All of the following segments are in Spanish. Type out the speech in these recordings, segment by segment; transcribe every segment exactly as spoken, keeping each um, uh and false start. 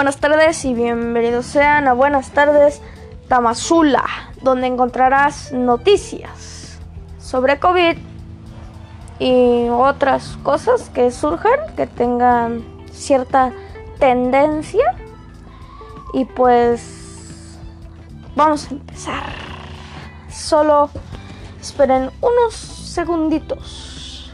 buenas tardes y bienvenidos sean a Buenas Tardes Tamazula, donde encontrarás noticias sobre COVID y otras cosas que surjan, que tengan cierta tendencia. Y pues vamos a empezar. Solo esperen unos segunditos.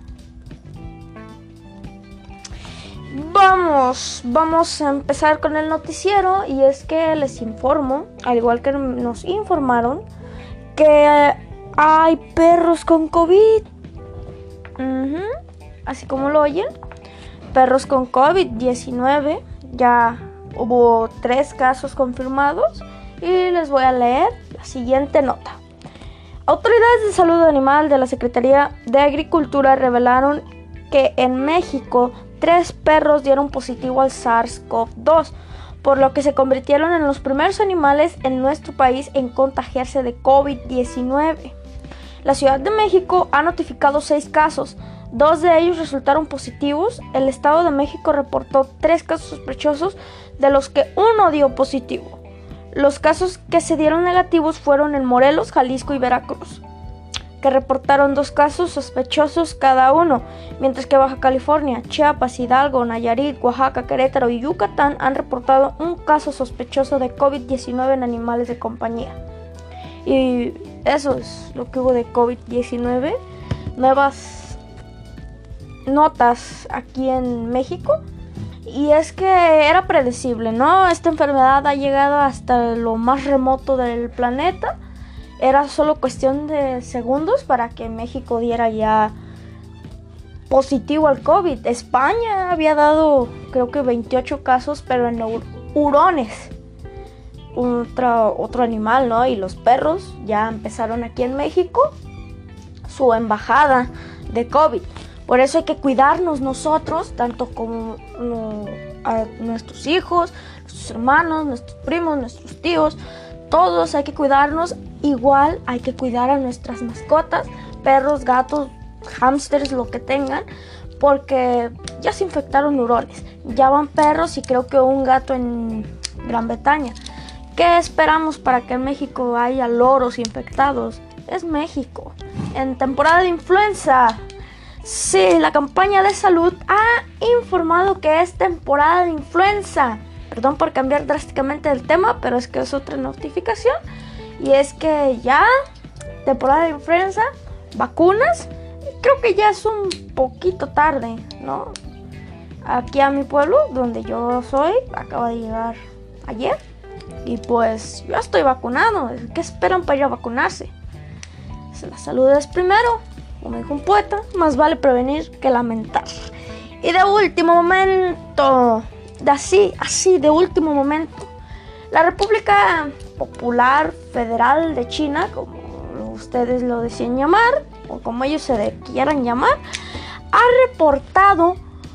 Vamos, vamos a empezar con el noticiero, y es que les informo, al igual que nos informaron, que hay perros con COVID. Uh-huh. Así como lo oyen, perros con COVID diecinueve. Ya hubo tres casos confirmados y les voy a leer la siguiente nota. Autoridades de salud animal de la Secretaría de Agricultura revelaron que en México tres perros dieron positivo al SARS-CoV dos, por lo que se convirtieron en los primeros animales en nuestro país en contagiarse de COVID diecinueve. La Ciudad de México ha notificado seis casos, dos de ellos resultaron positivos. El Estado de México reportó tres casos sospechosos, de los que uno dio positivo. Los casos que se dieron negativos fueron en Morelos, Jalisco y Veracruz, que reportaron dos casos sospechosos cada uno, mientras que Baja California, Chiapas, Hidalgo, Nayarit, Oaxaca, Querétaro y Yucatán han reportado un caso sospechoso de COVID diecinueve en animales de compañía. Y eso es lo que hubo de COVID diecinueve. Nuevas notas aquí en México. Y es que era predecible, ¿no? Esta enfermedad ha llegado hasta lo más remoto del planeta. Era solo cuestión de segundos para que México diera ya positivo al COVID. España había dado, creo que veintiocho casos, pero en hurones, otro, otro animal, ¿no? Y los perros ya empezaron aquí en México su embajada de COVID. Por eso hay que cuidarnos nosotros, tanto como no, a nuestros hijos, nuestros hermanos, nuestros primos, nuestros tíos. Todos hay que cuidarnos. Igual hay que cuidar a nuestras mascotas, perros, gatos, hámsters, lo que tengan, porque ya se infectaron hurones. Ya van perros y creo que un gato en Gran Bretaña. ¿Qué esperamos para que en México haya loros infectados? Es México. En temporada de influenza. Sí, la campaña de salud ha informado que es temporada de influenza. Perdón por cambiar drásticamente el tema, pero es que es otra notificación. Y es que ya, temporada de influenza, vacunas, creo que ya es un poquito tarde, ¿no? Aquí a mi pueblo, donde yo soy, acaba de llegar ayer. Y pues yo estoy vacunado. ¿Qué esperan para ir a vacunarse? La salud es primero. Como dijo un poeta, más vale prevenir que lamentar. Y de último momento, de así, así, de último momento, la República Popular Federal de China, como ustedes lo decían llamar, o como ellos se quieran llamar, ha reportado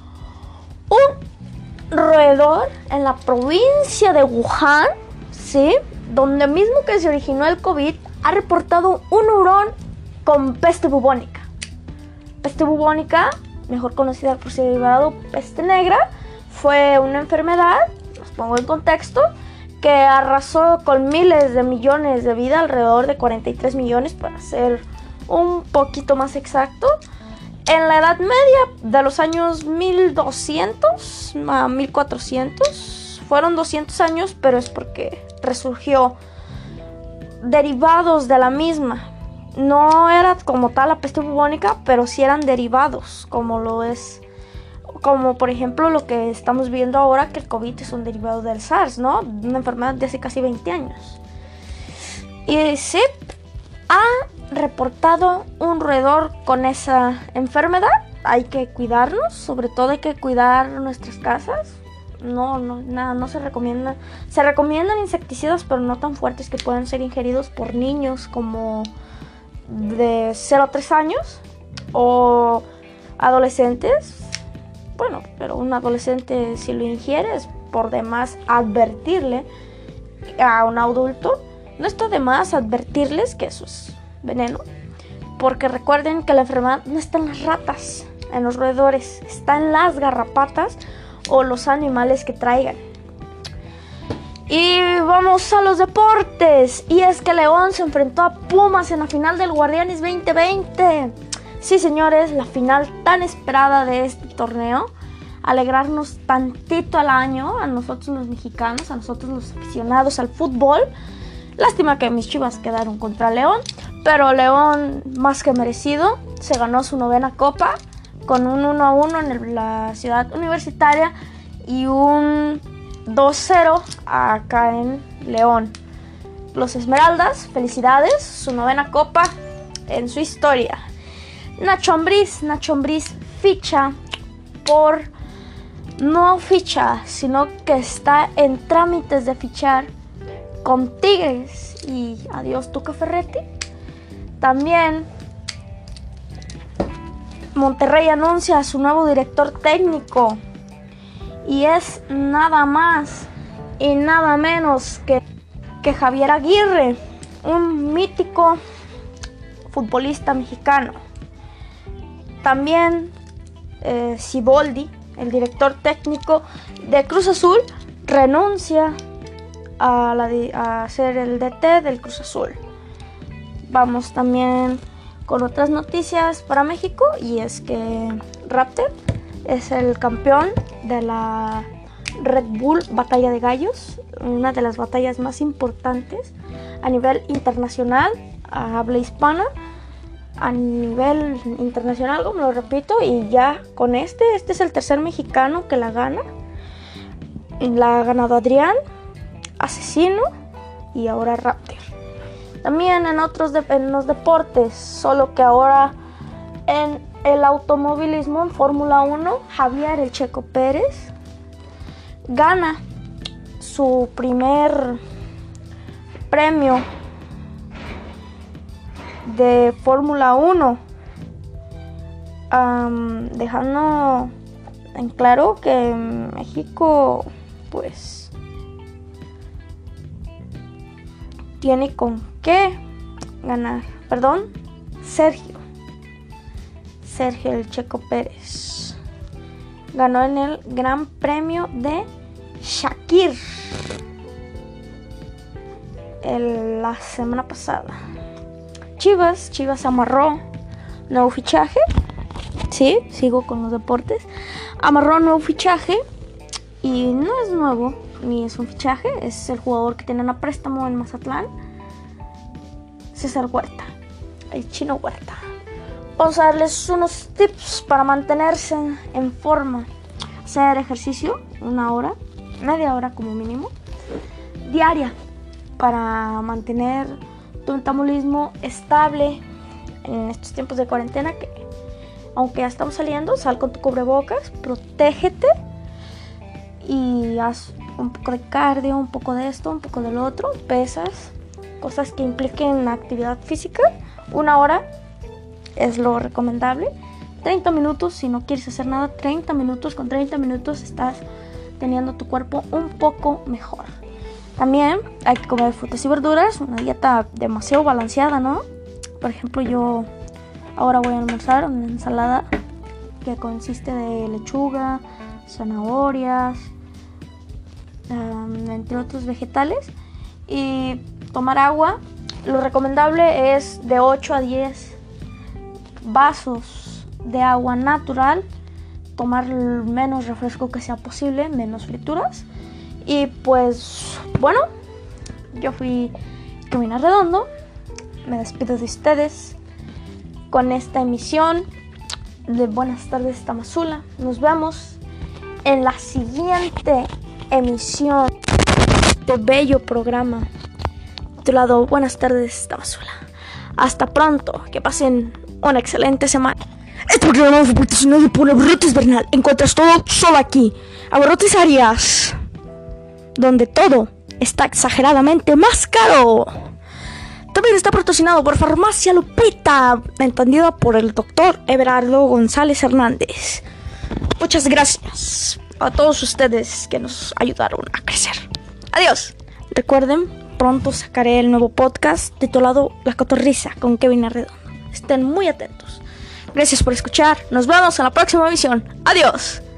un roedor en la provincia de Wuhan, ¿sí? Donde mismo que se originó el COVID, ha reportado un hurón con peste bubónica. Peste bubónica, mejor conocida por su derivado peste negra, fue una enfermedad, los pongo en contexto, que arrasó con miles de millones de vidas, alrededor de cuarenta y tres millones para ser un poquito más exacto, en la Edad Media de los años mil doscientos a mil cuatrocientos. Fueron doscientos años, pero es porque resurgió derivados de la misma. No era como tal la peste bubónica, pero sí eran derivados, como lo es, como por ejemplo lo que estamos viendo ahora, que el COVID es un derivado del SARS, ¿no? Una enfermedad de hace casi veinte años. Y sí, ha reportado un roedor con esa enfermedad. Hay que cuidarnos, sobre todo hay que cuidar nuestras casas. No, no, nada, no se recomienda. Se recomiendan insecticidas, pero no tan fuertes, que puedan ser ingeridos por niños como de cero a tres años o adolescentes. Bueno, pero un adolescente, si lo ingiere, es por demás advertirle a un adulto. No está de más advertirles que eso es veneno, porque recuerden que la enfermedad no está en las ratas, en los roedores, está en las garrapatas o los animales que traigan. Y vamos a los deportes. Y es que León se enfrentó a Pumas en la final del Guardianes veinte veinte. Sí, señores, la final tan esperada de este torneo. Alegrarnos tantito al año, a nosotros los mexicanos, a nosotros los aficionados al fútbol. Lástima que mis Chivas quedaron contra León, pero León más que merecido. Se ganó su novena copa con un uno a uno en el, la Ciudad Universitaria y un dos cero acá en León. Los Esmeraldas, felicidades, su novena copa en su historia. Nacho Ambriz, Nacho Ambriz ficha por... No ficha, sino que está en trámites de fichar con Tigres. Y adiós Tuca Ferretti. También Monterrey anuncia a su nuevo director técnico. Y es nada más y nada menos que, que Javier Aguirre, un mítico futbolista mexicano. También eh, Siboldi, el director técnico de Cruz Azul, renuncia a, la, a ser el D T del Cruz Azul. Vamos también con otras noticias para México, y es que Raptor es el campeón de la Red Bull Batalla de Gallos, una de las batallas más importantes a nivel internacional, a habla hispana. A nivel internacional, como lo repito, y ya con este, este es el tercer mexicano que la gana. La ha ganado Adrián, Asesino y ahora Raptor. También en otros de, en los deportes, solo que ahora en el automovilismo, en Fórmula uno, Javier El Checo Pérez gana su primer premio de Fórmula uno, um, dejando en claro que México pues tiene con qué ganar. Perdón, Sergio Sergio El Checo Pérez ganó en el Gran Premio de Shakir el, la semana pasada. Chivas, Chivas amarró nuevo fichaje. Sí, sigo con los deportes. Amarró nuevo fichaje y no es nuevo ni es un fichaje, es el jugador que tienen a préstamo en Mazatlán, César Huerta, el chino Huerta. Vamos a darles unos tips para mantenerse en forma. Hacer ejercicio una hora, media hora como mínimo, diaria, para mantener tu metabolismo estable en estos tiempos de cuarentena, que aunque ya estamos saliendo, sal con tu cubrebocas, protégete y haz un poco de cardio, un poco de esto, un poco del otro, pesas, cosas que impliquen actividad física. Una hora es lo recomendable. treinta minutos, si no quieres hacer nada, treinta minutos, con treinta minutos estás teniendo tu cuerpo un poco mejor. También hay que comer frutas y verduras, una dieta demasiado balanceada, ¿no? Por ejemplo, yo ahora voy a almorzar una ensalada que consiste de lechuga, zanahorias, um, entre otros vegetales, y tomar agua. Lo recomendable es de ocho a diez vasos de agua natural, tomar el menos refresco que sea posible, menos frituras. Y pues bueno, yo fui Camina Redondo, me despido de ustedes con esta emisión de Buenas tardes Tamazula. Nos vemos en la siguiente emisión de bello programa titulado Buenas tardes Tamazula. Hasta pronto, que pasen una excelente semana. Este programa fue patrocinado por Abarrotes Bernal. Encuentras todo solo aquí. Abarrotes Arias, donde todo está exageradamente más caro. También está patrocinado por Farmacia Lupita, entendida por el doctor Everardo González Hernández. Muchas gracias a todos ustedes que nos ayudaron a crecer. Adiós. Recuerden, pronto sacaré el nuevo podcast titulado La Cotorrisa con Kevin Arredondo. Estén muy atentos. Gracias por escuchar. Nos vemos en la próxima emisión. Adiós.